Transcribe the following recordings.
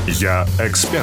Я эксперт.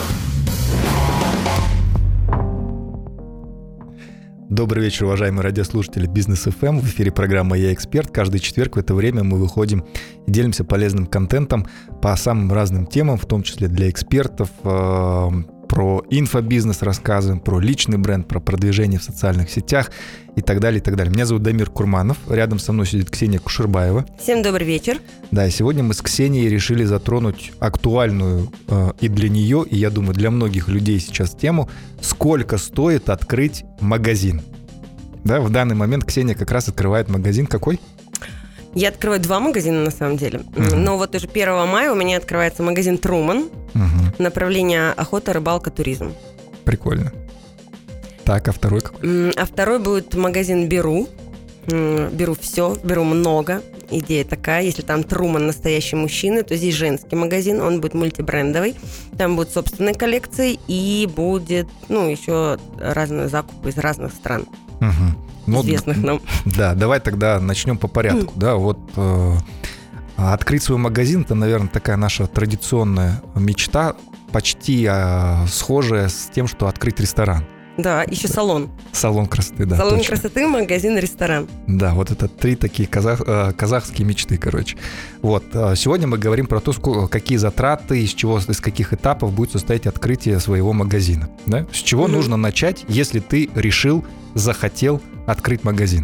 Добрый вечер, уважаемые радиослушатели Бизнес ФМ. В эфире программа «Я эксперт». Каждый четверг в это время мы выходим и делимся полезным контентом по самым разным темам, в том числе для экспертов. Про инфобизнес рассказываем, про личный бренд, про продвижение в социальных сетях и так далее, и так далее. Меня зовут Дамир Курманов. Рядом со мной сидит Ксения Кушербаева. Всем добрый вечер. Да, и сегодня мы с Ксенией решили затронуть актуальную и для нее, и, я думаю, для многих людей сейчас тему, сколько стоит открыть магазин. Да, в данный момент Ксения как раз открывает магазин. Какой? Я открываю 2 магазина, на самом деле. Но вот уже 1 мая у меня открывается магазин «Труман». Направление охота, рыбалка, туризм. Прикольно. Так, а второй какой? А второй будет магазин «Беру». Беру все, беру много. Идея такая, если там Труман настоящий мужчина, то здесь женский магазин, он будет мультибрендовый. Там будут собственные коллекции и будет, еще разные закупы из разных стран. Известных нам. Да, давай тогда начнем по порядку. Да, вот открыть свой магазин – это, наверное, такая наша традиционная мечта, почти схожая с тем, что открыть ресторан. Да, еще салон. Салон красоты, да. Салон красоты, магазин, ресторан. Да, вот это 3 такие казахские мечты, короче. Вот, сегодня мы говорим про то, какие затраты, из каких этапов будет состоять открытие своего магазина. Да? С чего нужно начать, если ты захотел открыть магазин?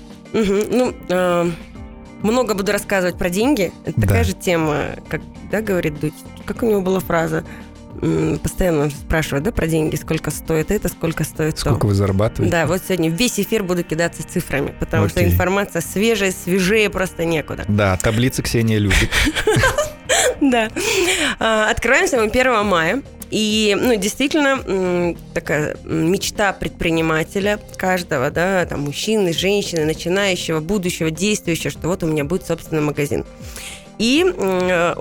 Много буду рассказывать про деньги. Это такая же тема, как, говорит Дудь. Как у него была фраза? Постоянно спрашивают, про деньги, сколько стоит это, сколько стоит то. Сколько вы зарабатываете? Да, вот сегодня весь эфир буду кидаться цифрами, потому что информация свежее просто некуда. Да, таблицы Ксения любит. Да. Открываемся мы 1 мая. И, действительно, такая мечта предпринимателя каждого, там, мужчины, женщины, начинающего, будущего, действующего, что вот у меня будет собственный магазин. И ко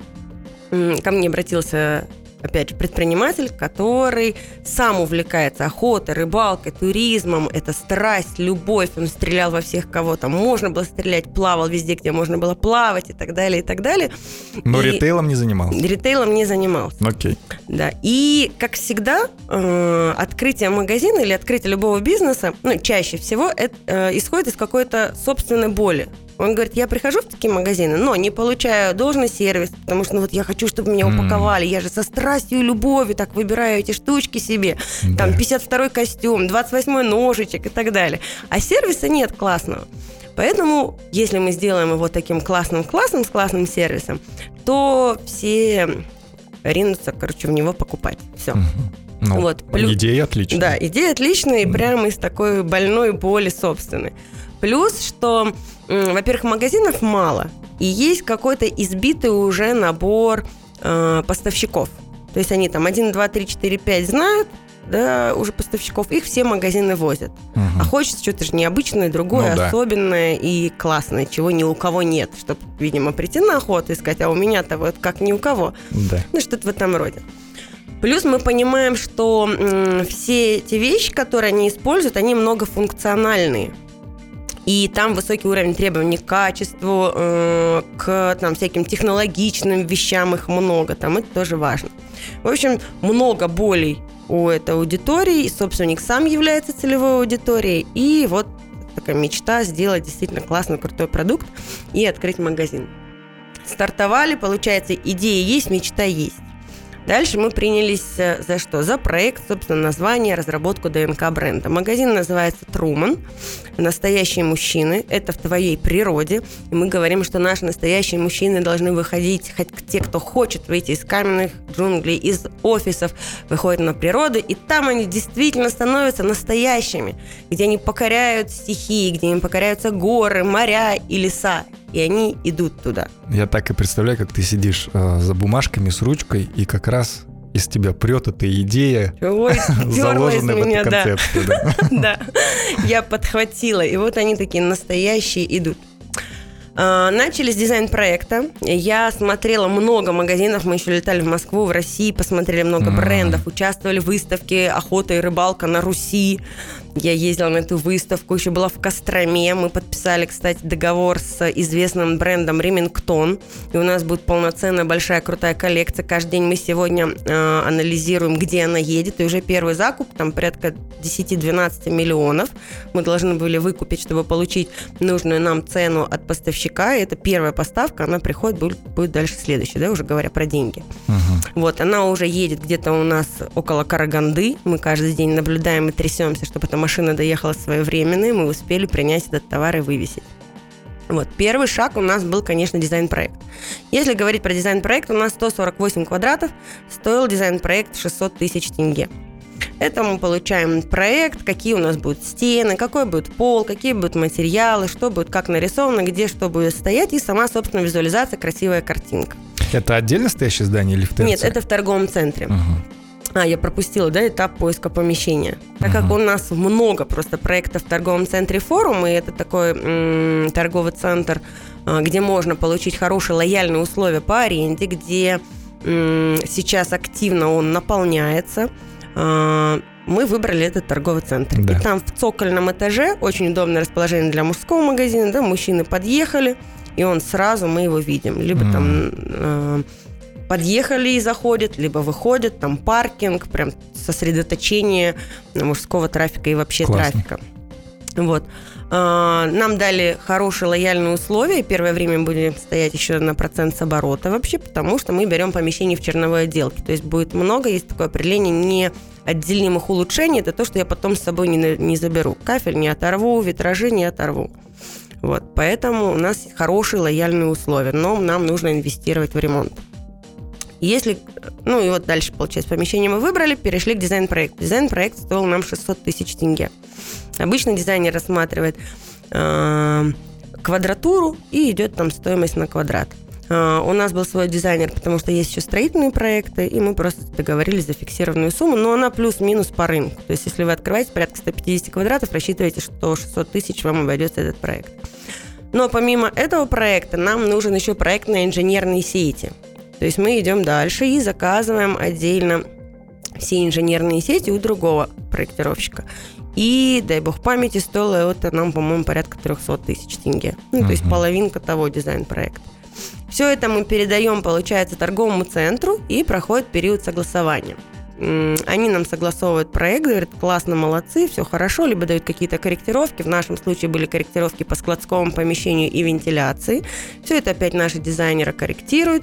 мне обратился, опять же, предприниматель, который сам увлекается охотой, рыбалкой, туризмом. Это страсть, любовь. Он стрелял во всех, кого там можно было стрелять, плавал везде, где можно было плавать и так далее, и так далее. Но ритейлом не занимался? Ритейлом не занимался. Окей. Да. И, как всегда, открытие магазина или открытие любого бизнеса, чаще всего исходит из какой-то собственной боли. Он говорит, я прихожу в такие магазины, но не получаю должный сервис, потому что я хочу, чтобы меня упаковали. Я же со страстью и любовью так выбираю эти штучки себе. Там 52-й костюм, 28-й ножичек и так далее. А сервиса нет классного. Поэтому, если мы сделаем его таким классным, с классным сервисом, то все ринутся, в него покупать. Все. Идея отличная. Да, идея отличная и прямо из такой больной боли собственной. Плюс, что, во-первых, магазинов мало, и есть какой-то избитый уже набор поставщиков. То есть они там 1, 2, 3, 4, 5 знают, уже поставщиков, их все магазины возят. А хочется что-то же необычное, другое, особенное и классное, чего ни у кого нет, чтобы, видимо, прийти на охоту и сказать, а у меня-то вот как ни у кого. Да. Что-то в этом роде. Плюс мы понимаем, что все эти вещи, которые они используют, они многофункциональные. И там высокий уровень требований к качеству, к всяким технологичным вещам, их много, это тоже важно. В общем, много болей у этой аудитории, и собственник сам является целевой аудиторией, и вот такая мечта сделать действительно классный, крутой продукт и открыть магазин. Стартовали, получается, идея есть, мечта есть. Дальше мы принялись за что? За проект, собственно, название, разработку ДНК бренда. Магазин называется «Труман». Настоящие мужчины. Это в твоей природе. И мы говорим, что наши настоящие мужчины должны выходить, хоть те, кто хочет выйти из каменных джунглей, из офисов, выходят на природу, и там они действительно становятся настоящими, где они покоряют стихии, где им покоряются горы, моря и леса. И они идут туда. Я так и представляю, как ты сидишь за бумажками с ручкой, и как раз из тебя прет эта идея, заложенная в эту концепцию. Да, я подхватила. И вот они такие настоящие идут. Начали с дизайн-проекта. Я смотрела много магазинов. Мы еще летали в Москву, в России, посмотрели много брендов, участвовали в выставке «Охота и рыбалка на Руси». Я ездила на эту выставку, еще была в Костроме. Мы подписали, кстати, договор с известным брендом Remington. И у нас будет полноценная большая крутая коллекция. Каждый день мы сегодня анализируем, где она едет. И уже первый закуп, там порядка 10-12 миллионов, мы должны были выкупить, чтобы получить нужную нам цену от поставщика. И это первая поставка, она приходит, будет дальше следующая, да, уже говоря про деньги. Вот, она уже едет где-то у нас около Караганды. Мы каждый день наблюдаем и трясемся, чтобы эта машина доехала своевременно, и мы успели принять этот товар и вывесить. Вот, первый шаг у нас был, конечно, дизайн-проект. Если говорить про дизайн-проект, у нас 148 квадратов, стоил дизайн-проект 600 тысяч тенге. Это мы получаем проект, какие у нас будут стены, какой будет пол, какие будут материалы, что будет как нарисовано, где что будет стоять, и сама, собственно, визуализация, красивая картинка. Это отдельно стоящее здание или в ТРЦ? Нет, это в торговом центре. Я пропустила, да, этап поиска помещения. Так как у нас много просто проектов в торговом центре «Форум», и это такой торговый центр, где можно получить хорошие лояльные условия по аренде, где сейчас активно он наполняется, мы выбрали этот торговый центр. Да. И там в цокольном этаже очень удобное расположение для мужского магазина, да, мужчины подъехали, и он сразу, мы его видим. Либо там подъехали и заходят, либо выходят, там паркинг, прям сосредоточение мужского трафика и вообще трафика. Вот. Нам дали хорошие лояльные условия. Первое время будем стоять еще на процент с оборота вообще, потому что мы берем помещение в черновой отделке. То есть будет много, есть такое определение неотделимых улучшений. Это то, что я потом с собой не заберу. Кафель не оторву, витражи не оторву. Вот. Поэтому у нас хорошие лояльные условия, но нам нужно инвестировать в ремонт. Если, и вот дальше, получается, помещение мы выбрали, перешли к дизайн-проекту. Дизайн-проект стоил нам 600 тысяч тенге. Обычно дизайнер рассматривает квадратуру и идет там стоимость на квадрат. У нас был свой дизайнер, потому что есть еще строительные проекты, и мы просто договорились за фиксированную сумму, но она плюс-минус по рынку. То есть, если вы открываете порядка 150 квадратов, рассчитывайте, что 600 тысяч вам обойдется этот проект. Но помимо этого проекта нам нужен еще проект на инженерные сети. То есть мы идем дальше и заказываем отдельно все инженерные сети у другого проектировщика. И, дай бог памяти, стоило это нам, по-моему, порядка 300 тысяч тенге. То есть половинка того дизайн-проекта. Все это мы передаем, получается, торговому центру, и проходит период согласования. Они нам согласовывают проект, говорят, классно, молодцы, все хорошо, либо дают какие-то корректировки. В нашем случае были корректировки по складскому помещению и вентиляции. Все это опять наши дизайнеры корректируют.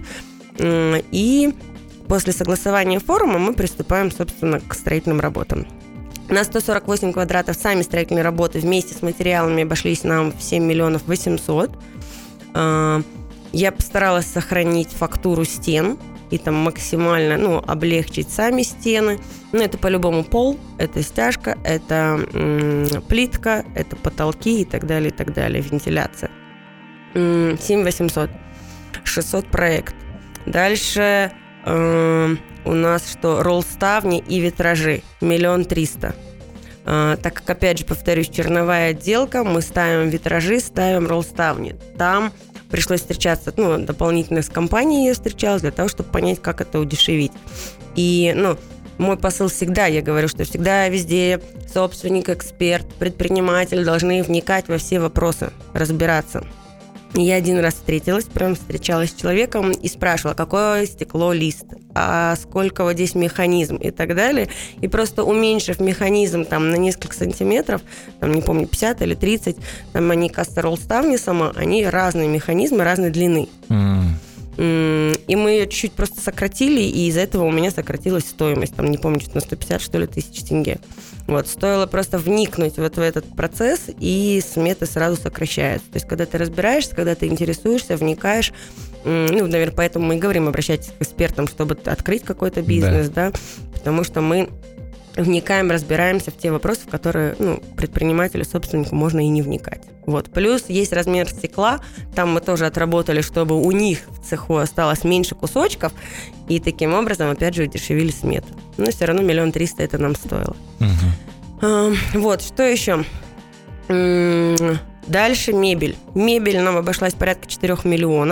И после согласования форума мы приступаем, собственно, к строительным работам. На 148 квадратов сами строительные работы вместе с материалами обошлись нам в 7 миллионов 800. Я постаралась сохранить фактуру стен и там максимально, облегчить сами стены. Это по-любому пол, это стяжка, это плитка, это потолки и так далее, вентиляция. 7 800. 600 проект. Дальше у нас что? Ролл-ставни и витражи. 1 300 000. Так как, опять же, повторюсь, черновая отделка, мы ставим витражи, ставим ролл-ставни. Там пришлось встречаться, дополнительно с компанией я встречалась для того, чтобы понять, как это удешевить. И, мой посыл всегда, я говорю, что всегда везде собственник, эксперт, предприниматель должны вникать во все вопросы, разбираться. Я один раз встречалась с человеком и спрашивала, какое стекло лист, а сколько вот здесь механизм и так далее. И просто уменьшив механизм там на несколько сантиметров, там, не помню, 50 или 30, там они кастер-ролл-ставни сама, они разные механизмы, разной длины. И мы ее чуть-чуть просто сократили, и из-за этого у меня сократилась стоимость, там, не помню, на 150, что ли, тысяч тенге. Вот, стоило просто вникнуть вот в этот процесс, и сметы сразу сокращаются. То есть, когда ты разбираешься, когда ты интересуешься, вникаешь, наверное, поэтому мы и говорим, обращайтесь к экспертам, чтобы открыть какой-то бизнес, да, потому что мы вникаем, разбираемся в те вопросы, в которые, предпринимателю, собственнику можно и не вникать. Вот. Плюс есть размер стекла, там мы тоже отработали, чтобы у них в цеху осталось меньше кусочков, и таким образом, опять же, удешевили смету. Но все равно 1 300 000 это нам стоило. Вот, что еще? Дальше мебель. Мебель нам обошлась порядка 4 миллионов.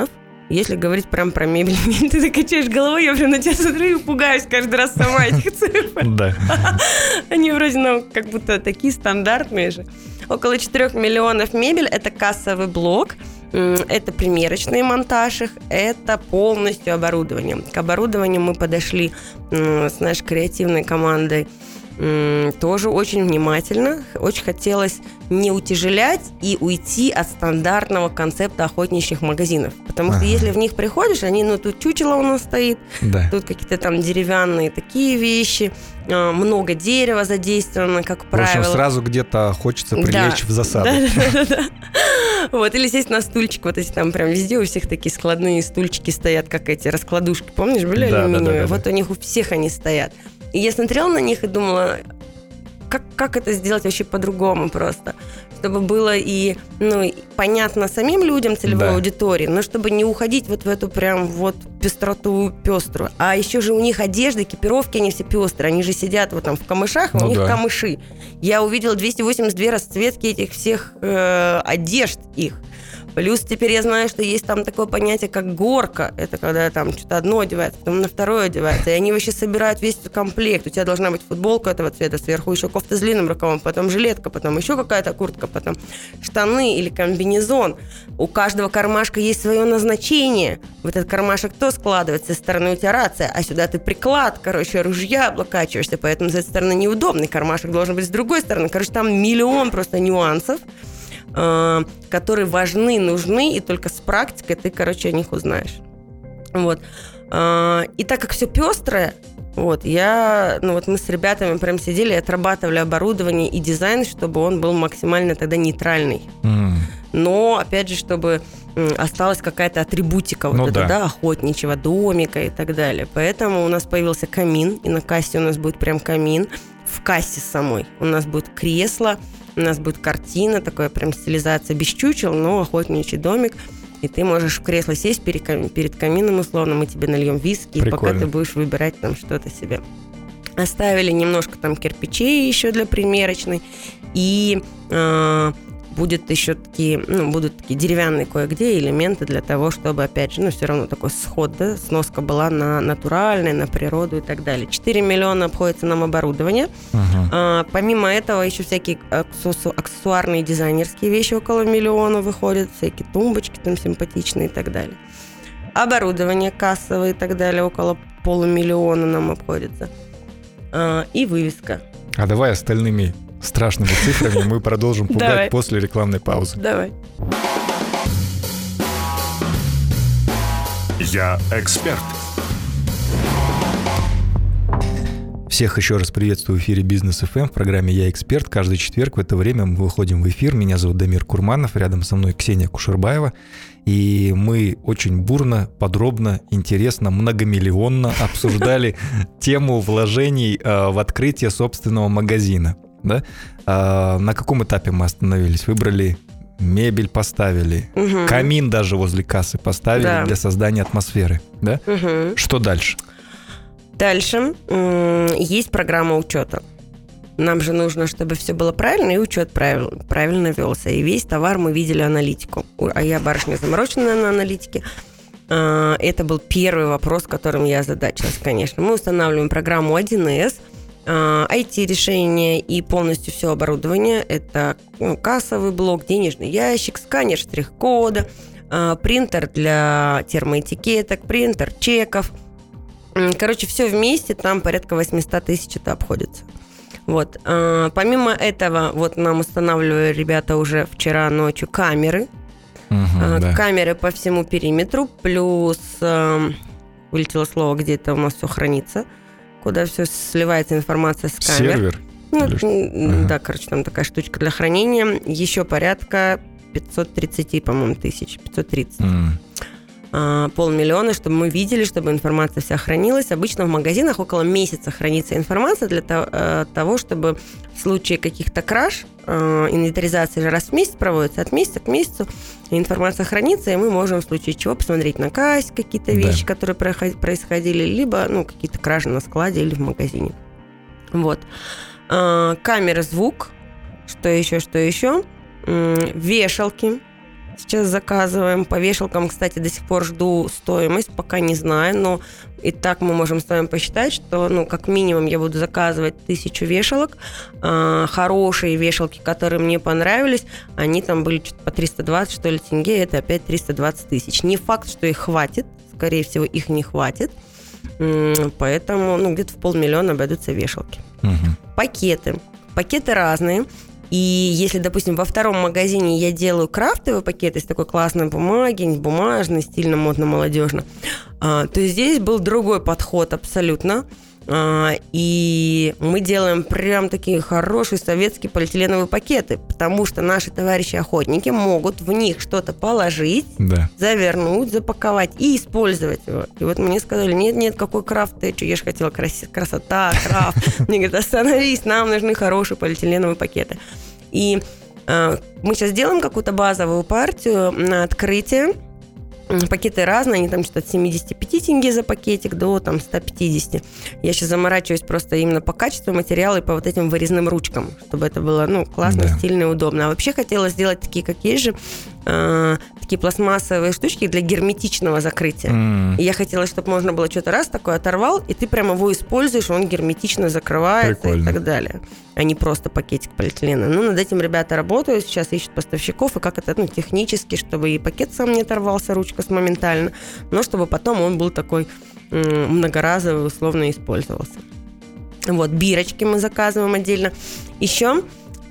Если говорить прям про мебель, ты так качаешь головой, я прям на тебя смотрю и пугаюсь каждый раз сама этих цифр. Да. Они вроде нам как будто такие стандартные же. Около 4 миллионов мебель – это кассовый блок, это примерочный монтаж их, это полностью оборудование. К оборудованию мы подошли с нашей креативной командой тоже очень внимательно. Очень хотелось не утяжелять и уйти от стандартного концепта охотничьих магазинов. Потому что если в них приходишь, они, тут чучело у нас стоит, тут какие-то там деревянные такие вещи, много дерева задействовано, как правило. В общем, сразу где-то хочется прилечь в засаду. Да. Вот, или сесть на стульчик, вот эти там прям везде у всех такие складные стульчики стоят, как эти раскладушки, помнишь, были алюминиевые? Вот у них у всех они стоят. И я смотрела на них и думала, как это сделать вообще по-другому просто, чтобы было и понятно самим людям, целевой аудитории, но чтобы не уходить вот в эту прям вот пестроту пеструю. А еще же у них одежда, экипировки, они все пестрые, они же сидят вот там в камышах, у них камыши. Я увидела 282 расцветки этих всех одежд их. Плюс теперь я знаю, что есть там такое понятие, как горка. Это когда там что-то одно одевается, потом на второе одевается. И они вообще собирают весь этот комплект. У тебя должна быть футболка этого цвета, сверху еще кофта с длинным рукавом, потом жилетка, потом еще какая-то куртка, потом штаны или комбинезон. У каждого кармашка есть свое назначение. В этот кармашек то складывается, со стороны у тебя рация, а сюда ты приклад, ружья облокачиваешься, поэтому с этой стороны неудобный. Кармашек должен быть с другой стороны. Там миллион просто нюансов, которые важны, нужны, и только с практикой ты, о них узнаешь. Вот. И так как все пестрое, мы с ребятами прям сидели и отрабатывали оборудование и дизайн, чтобы он был максимально тогда нейтральный. Но, опять же, чтобы осталась какая-то атрибутика охотничьего домика и так далее. Поэтому у нас появился камин, и на кассе у нас будет прям камин. В кассе самой у нас будет кресло, у нас будет картина, такая прям стилизация без чучел, но охотничий домик. И ты можешь в кресло сесть перед камином, условно, мы тебе нальем виски, и пока ты будешь выбирать там что-то себе. Оставили немножко там кирпичей еще для примерочной. И будут такие деревянные кое-где элементы для того, чтобы, опять же, все равно такой сход, сноска была на натуральной, на природу и так далее. 4 миллиона обходится нам оборудование. Помимо этого еще всякие аксессуарные дизайнерские вещи около 1 миллиона выходят, всякие тумбочки там симпатичные и так далее. Оборудование кассовое и так далее около 500 000 нам обходится. И вывеска. А давай остальными страшными цифрами мы продолжим пугать после рекламной паузы. Давай. Я эксперт. Всех еще раз приветствую в эфире Бизнес ФМ в программе «Я эксперт». Каждый четверг в это время мы выходим в эфир. Меня зовут Дамир Курманов, рядом со мной Ксения Кушербаева. И мы очень бурно, подробно, интересно, многомиллионно обсуждали тему вложений в открытие собственного магазина. Да? На каком этапе мы остановились? Выбрали мебель, поставили, камин даже возле кассы поставили для создания атмосферы. Да? Что дальше? Дальше есть программа учета. Нам же нужно, чтобы все было правильно, и учет правильно велся. И весь товар мы видели аналитику. А я барышня замороченная на аналитике. Это был первый вопрос, которым я озадачилась, конечно. Мы устанавливаем программу 1С, IT-решение и полностью все оборудование. Это кассовый блок, денежный ящик, сканер штрих-кода, принтер для термоэтикеток, принтер чеков. Все вместе, там порядка 800 000 это обходится. Вот. Помимо этого, нам устанавливали ребята уже вчера ночью камеры. Камеры по всему периметру, плюс вылетело слово, где это у нас все хранится, куда все сливается информация с камер. Сервер? Там такая штучка для хранения. Еще порядка 530, по-моему, тысяч. 530. 500 000, чтобы мы видели, чтобы информация вся хранилась. Обычно в магазинах около месяца хранится информация для того, чтобы в случае каких-то краж, инвентаризация же раз в месяц проводится, от месяца к месяцу информация хранится, и мы можем в случае чего посмотреть на кассе какие-то вещи, которые происходили, либо какие-то кражи на складе или в магазине. Вот. Камера, звук, что еще? Вешалки. сейчас заказываем. По вешалкам, кстати, до сих пор жду стоимость, пока не знаю, но и так мы можем с вами посчитать, что, как минимум я буду заказывать 1000 вешалок. Хорошие вешалки, которые мне понравились, они там были что-то по 320, что ли, тенге, это опять 320 тысяч. Не факт, что их хватит, скорее всего, их не хватит, поэтому, где-то в 500 000 обойдутся вешалки. Пакеты разные. И если, допустим, во втором магазине я делаю крафтовые пакеты из такой классной бумаги, бумажной, стильно, модно, молодежно, то здесь был другой подход абсолютно. И мы делаем прям такие хорошие советские полиэтиленовые пакеты, потому что наши товарищи-охотники могут в них что-то положить, завернуть, запаковать и использовать его. И вот мне сказали, нет, какой крафт, ты что, я же хотела красота, крафт. Мне говорят, остановись, нам нужны хорошие полиэтиленовые пакеты. И мы сейчас делаем какую-то базовую партию на открытие. Пакеты разные, они там что-то от 75 тенге за пакетик до 150. Я сейчас заморачиваюсь просто именно по качеству материала и по вот этим вырезным ручкам, чтобы это было классно, стильно и удобно. А вообще хотела сделать такие, как есть же, такие пластмассовые штучки для герметичного закрытия. И я хотела, чтобы можно было что-то раз такое оторвал, и ты прямо его используешь, он герметично закрывается. Прикольно. И так далее. А не просто пакетик полиэтилена. Над этим ребята работают, сейчас ищут поставщиков, и как это технически, чтобы и пакет сам не оторвался, ручка моментально, но чтобы потом он был такой многоразовый, условно использовался. Вот, бирочки мы заказываем отдельно. Еще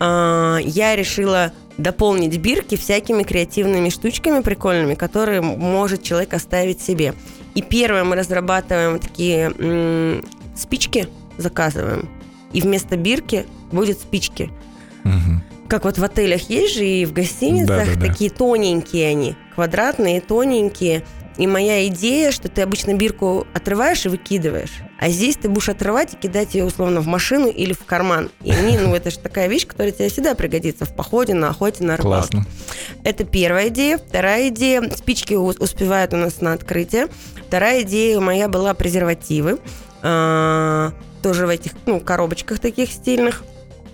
я решила дополнить бирки всякими креативными штучками прикольными, которые может человек оставить себе. И первое, мы разрабатываем такие спички, заказываем, и вместо бирки будет спички. Как вот в отелях есть же и в гостиницах, такие тоненькие они, квадратные, тоненькие. И моя идея, что ты обычно бирку отрываешь и выкидываешь, а здесь ты будешь отрывать и кидать ее условно в машину или в карман. И они, это же такая вещь, которая тебе всегда пригодится в походе, на охоте, на рыбалке. Классно. Это первая идея. Вторая идея, спички успевают у нас на открытие. Вторая идея моя была презервативы. Тоже в этих коробочках таких стильных,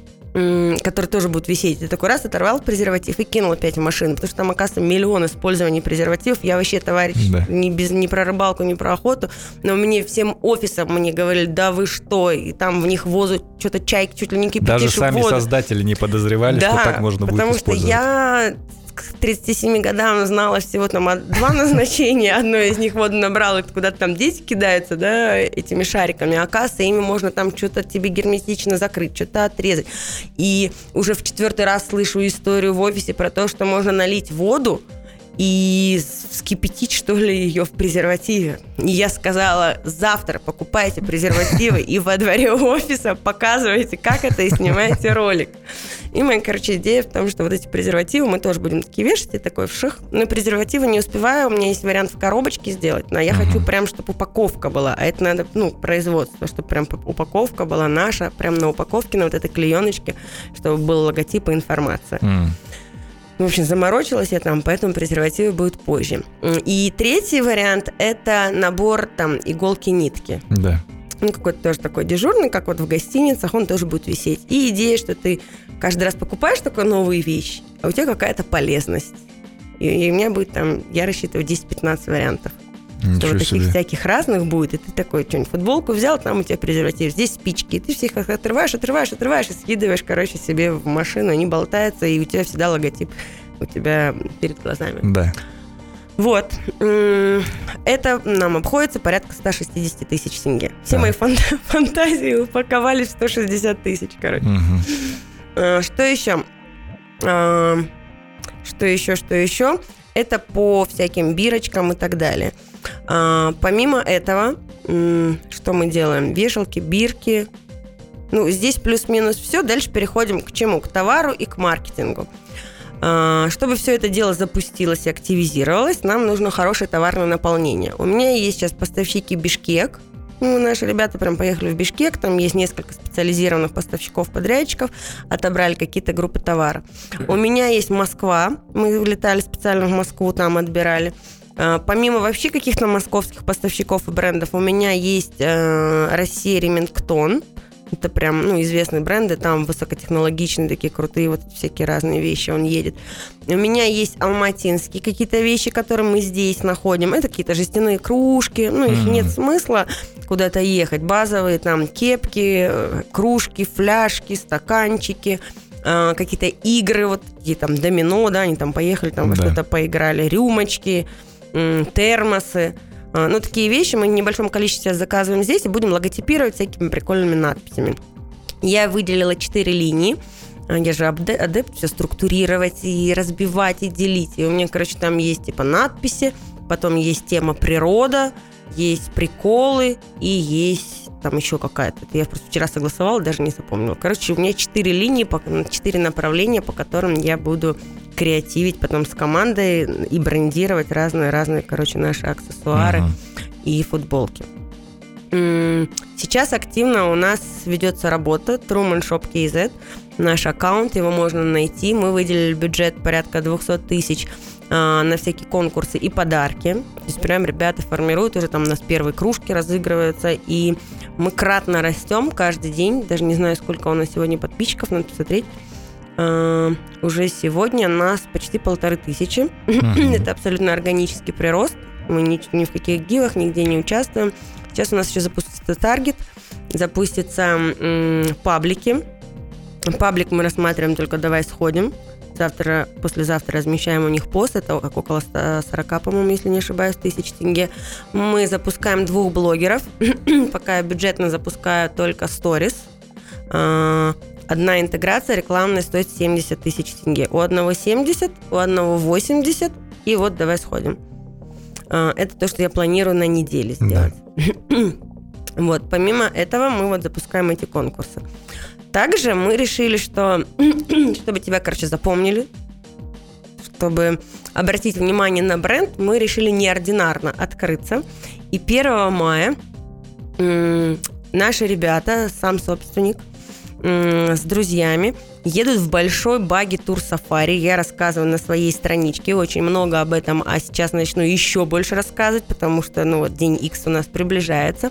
которые тоже будут висеть. Ты такой раз оторвал презерватив и кинул опять в машину, потому что там, оказывается, миллион использований презервативов. Я вообще, товарищ, не про рыбалку, не про охоту, но мне всем офисам мне говорили, да вы что, и там в них возят что-то чайки, чуть ли не кипятишь даже сами воду. Создатели не подозревали, что так можно будет использовать. Потому что я к 37 годам знала всего там 2 назначения. Одно из них воду набрала, куда-то там дети кидаются, этими шариками. А оказывается, ими можно там что-то тебе герметично закрыть, что-то отрезать. И уже в 4-й раз слышу историю в офисе про то, что можно налить воду и вскипятить, что ли, ее в презервативе. И я сказала, завтра покупайте презервативы и во дворе офиса показывайте, как это, и снимайте ролик. И моя, идея в том, что вот эти презервативы мы тоже будем такие вешать, и такой вших. Но презервативы не успеваю, у меня есть вариант в коробочке сделать, но я хочу прям, чтобы упаковка была, а это надо, производство, чтобы прям упаковка была наша, прям на упаковке, на вот этой клееночке, чтобы был логотип и информация. В общем, заморочилась я там, поэтому презервативы будут позже. И третий вариант – это набор иголки-нитки. Да. Какой-то тоже такой дежурный, как вот в гостиницах, он тоже будет висеть. И идея, что ты каждый раз покупаешь такую новую вещь, а у тебя какая-то полезность. И у меня будет там, я рассчитываю, 10-15 вариантов. Что вот таких всяких разных будет, и ты такой что-нибудь футболку взял, там у тебя презерватив, здесь спички, и ты всех их отрываешь, и скидываешь, себе в машину, они болтаются, и у тебя всегда логотип у тебя перед глазами. Да. Вот. Это нам обходится порядка 160 тысяч тенге. Все мои фантазии упаковались в 160 тысяч, Что еще? Что еще? Это по всяким бирочкам и так далее. Помимо этого, что мы делаем? Вешалки, бирки. Здесь плюс-минус все. Дальше переходим к чему? К товару и к маркетингу. Чтобы все это дело запустилось и активизировалось, нам нужно хорошее товарное наполнение. У меня есть сейчас поставщики Бишкек. Наши ребята прям поехали в Бишкек, там есть несколько специализированных поставщиков-подрядчиков, отобрали какие-то группы товара. У меня есть Москва, мы летали специально в Москву, там отбирали. Помимо вообще каких-то московских поставщиков и брендов, у меня есть Россия, Ремингтон. Это прям, известные бренды, там высокотехнологичные, такие крутые, вот всякие разные вещи он едет. У меня есть алматинские какие-то вещи, которые мы здесь находим. Это какие-то жестяные кружки, их нет смысла куда-то ехать. Базовые там кепки, кружки, фляжки, стаканчики, какие-то игры, вот такие там домино, да, они там поехали, там во что-то поиграли, рюмочки, термосы. Такие вещи мы в небольшом количестве заказываем здесь и будем логотипировать всякими прикольными надписями. Я выделила 4 линии. Я же адепт все структурировать и разбивать, и делить. И у меня, там есть типа надписи, потом есть тема природа, есть приколы и есть там еще какая-то. Это я просто вчера согласовала, даже не запомнила. У меня 4 линии, 4 направления, по которым я буду креативить потом с командой и брендировать разные, наши аксессуары и футболки. Сейчас активно у нас ведется работа Truman Shop KZ. Наш аккаунт, его можно найти. Мы выделили бюджет порядка 200 тысяч на всякие конкурсы и подарки. То есть прям ребята формируют, уже там у нас первые кружки разыгрываются, и мы кратно растем каждый день. Даже не знаю, сколько у нас сегодня подписчиков, надо посмотреть. Уже сегодня нас почти 1500. Это абсолютно органический прирост. Мы ни в каких гивах нигде не участвуем. Сейчас у нас еще запустится таргет, запустятся паблики. Паблик мы рассматриваем только «Давай сходим». Послезавтра размещаем у них пост. Это около 140, по-моему, если не ошибаюсь, тысяч тенге. Мы запускаем 2 блогеров. Пока я бюджетно запускаю только сторис. Одна интеграция рекламная стоит 70 тысяч тенге. У одного 70, у одного 80. И вот «Давай сходим». Это то, что я планирую на неделе сделать. Да. Помимо этого мы запускаем эти конкурсы. Также мы решили, что чтобы тебя, запомнили, чтобы обратить внимание на бренд, мы решили неординарно открыться. И 1 мая наши ребята, сам собственник, с друзьями едут в большой багги-тур сафари. Я рассказываю на своей страничке очень много об этом, а сейчас начну еще больше рассказывать, потому что день X у нас приближается.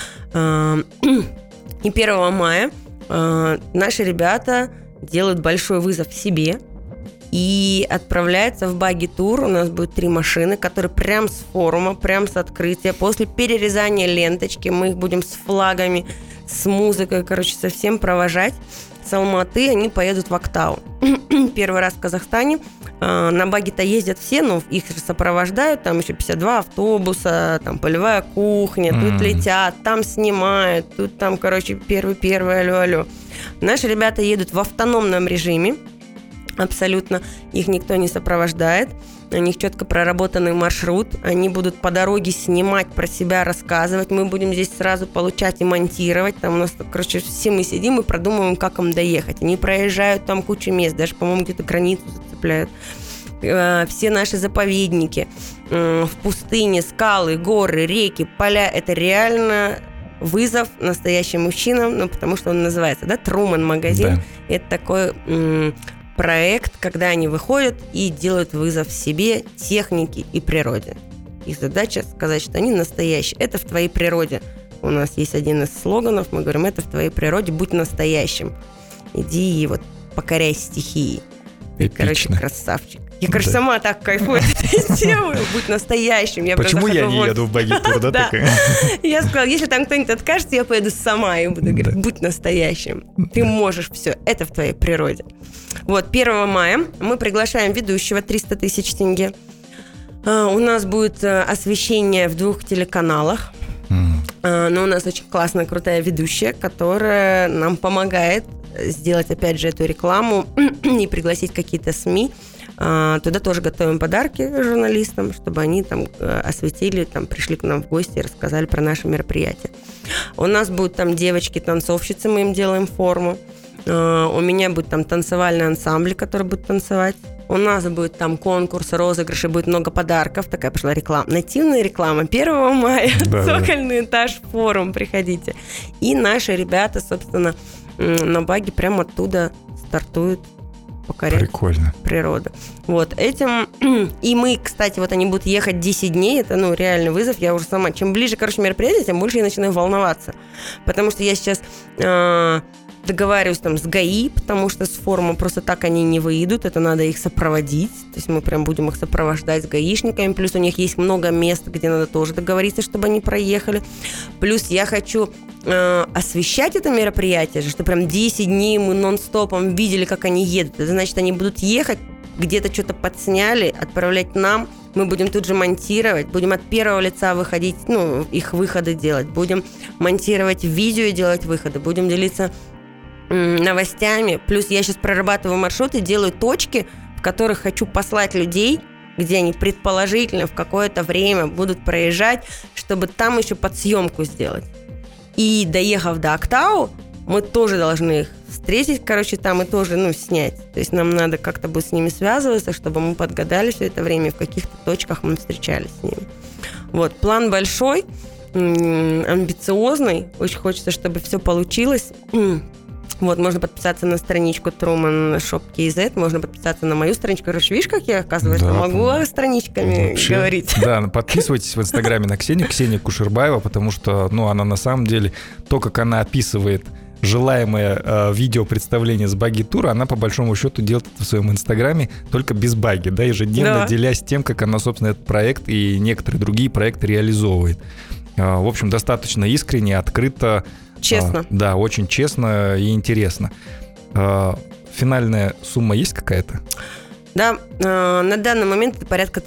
И 1 мая наши ребята делают большой вызов себе и отправляются в багги-тур. У нас будет 3 машины, которые прям с форума, прям с открытия. После перерезания ленточки мы их будем с флагами, с музыкой, совсем провожать. С Алматы они поедут в Актау. Первый раз в Казахстане. На багги-то ездят все, но их сопровождают. Там еще 52 автобуса, там полевая кухня. Тут летят, там снимают. Тут там, первый, алло. Наши ребята едут в автономном режиме. Абсолютно. Их никто не сопровождает. У них четко проработанный маршрут. Они будут по дороге снимать про себя, рассказывать. Мы будем здесь сразу получать и монтировать. Там у нас, все мы сидим и продумываем, как им доехать. Они проезжают там кучу мест. Даже, по-моему, где-то границу зацепляют. Все наши заповедники. В пустыне, скалы, горы, реки, поля. Это реально вызов настоящим мужчинам. Потому что он называется, Труман магазин. Да. Это такой... проект, когда они выходят и делают вызов себе, технике и природе. Их задача сказать, что они настоящие. Это в твоей природе. У нас есть один из слоганов, мы говорим, это в твоей природе, будь настоящим. Иди и покоряй стихии. Эпично. Ты, красавчик. Я, сама так кайфую от этой темы. Будь настоящим. Почему я не еду в багги-тур, да? Такая? Я сказала, если там кто-нибудь откажется, я поеду сама и буду говорить, будь настоящим. Ты можешь все. Это в твоей природе. 1 мая мы приглашаем ведущего 300 тысяч тенге. У нас будет освещение в 2 телеканалах. Но у нас очень классная, крутая ведущая, которая нам помогает сделать, опять же, эту рекламу и пригласить какие-то СМИ. Туда тоже готовим подарки журналистам, чтобы они там осветили, там пришли к нам в гости и рассказали про наше мероприятие. У нас будут там девочки-танцовщицы, мы им делаем форму. У меня будет там танцевальный ансамбль, который будет танцевать. У нас будет там конкурс, розыгрыши, будет много подарков. Такая пошла реклама. Нативная реклама. 1 мая. Цокольный этаж, форум. Приходите. И наши ребята, собственно, на баги прямо оттуда стартуют покорять природу. Вот этим. И мы, кстати, вот они будут ехать 10 дней, это, реальный вызов. Я уже сама, чем ближе, мероприятие, тем больше я начинаю волноваться. Потому что я сейчас договариваюсь там с ГАИ, потому что с форума просто так они не выйдут, это надо их сопроводить, то есть мы прям будем их сопровождать с гаишниками, плюс у них есть много мест, где надо тоже договориться, чтобы они проехали, плюс я хочу освещать это мероприятие, что прям 10 дней мы нон-стопом видели, как они едут, это значит, они будут ехать, где-то что-то подсняли, отправлять нам, мы будем тут же монтировать, будем от первого лица выходить, их выходы делать, будем монтировать видео и делать выходы, будем делиться новостями. Плюс я сейчас прорабатываю маршруты, делаю точки, в которых хочу послать людей, где они предположительно в какое-то время будут проезжать, чтобы там еще подсъемку сделать. И доехав до Актау, мы тоже должны их встретить, там и тоже, снять. То есть нам надо как-то будет с ними связываться, чтобы мы подгадали все это время, в каких-то точках мы встречались с ними. Вот, план большой, амбициозный, очень хочется, чтобы все получилось. Вот, можно подписаться на страничку Truman Shop KZ, можно подписаться на мою страничку. Видишь, как я, оказывается, могу страничками говорить. Да, подписывайтесь в Инстаграме на Ксения Кушербаева, потому что, она на самом деле, то, как она описывает желаемое видео-представление с баги-тура, она по большому счету делает это в своем Инстаграме только без баги, ежедневно делясь тем, как она, собственно, этот проект и некоторые другие проекты реализовывает. В общем, достаточно искренне, открыто. Честно. Да, очень честно и интересно. Финальная сумма есть какая-то? Да, на данный момент это порядка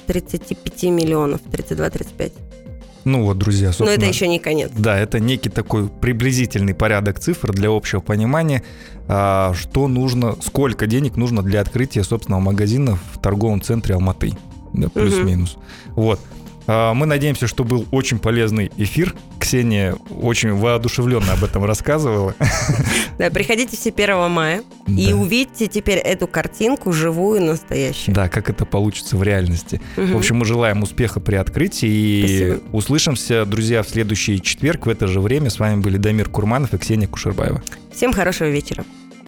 35 миллионов, 32-35. Друзья, собственно... Но это еще не конец. Да, это некий такой приблизительный порядок цифр для общего понимания, что нужно, сколько денег нужно для открытия собственного магазина в торговом центре Алматы. Да, плюс-минус. Вот. Мы надеемся, что был очень полезный эфир. Ксения очень воодушевленно об этом рассказывала. Да, приходите все 1 мая и увидите теперь эту картинку живую, настоящую. Да, как это получится в реальности. В общем, мы желаем успеха при открытии и услышимся, друзья, в следующий четверг в это же время. С вами были Дамир Курманов и Ксения Кушербаева. Всем хорошего вечера.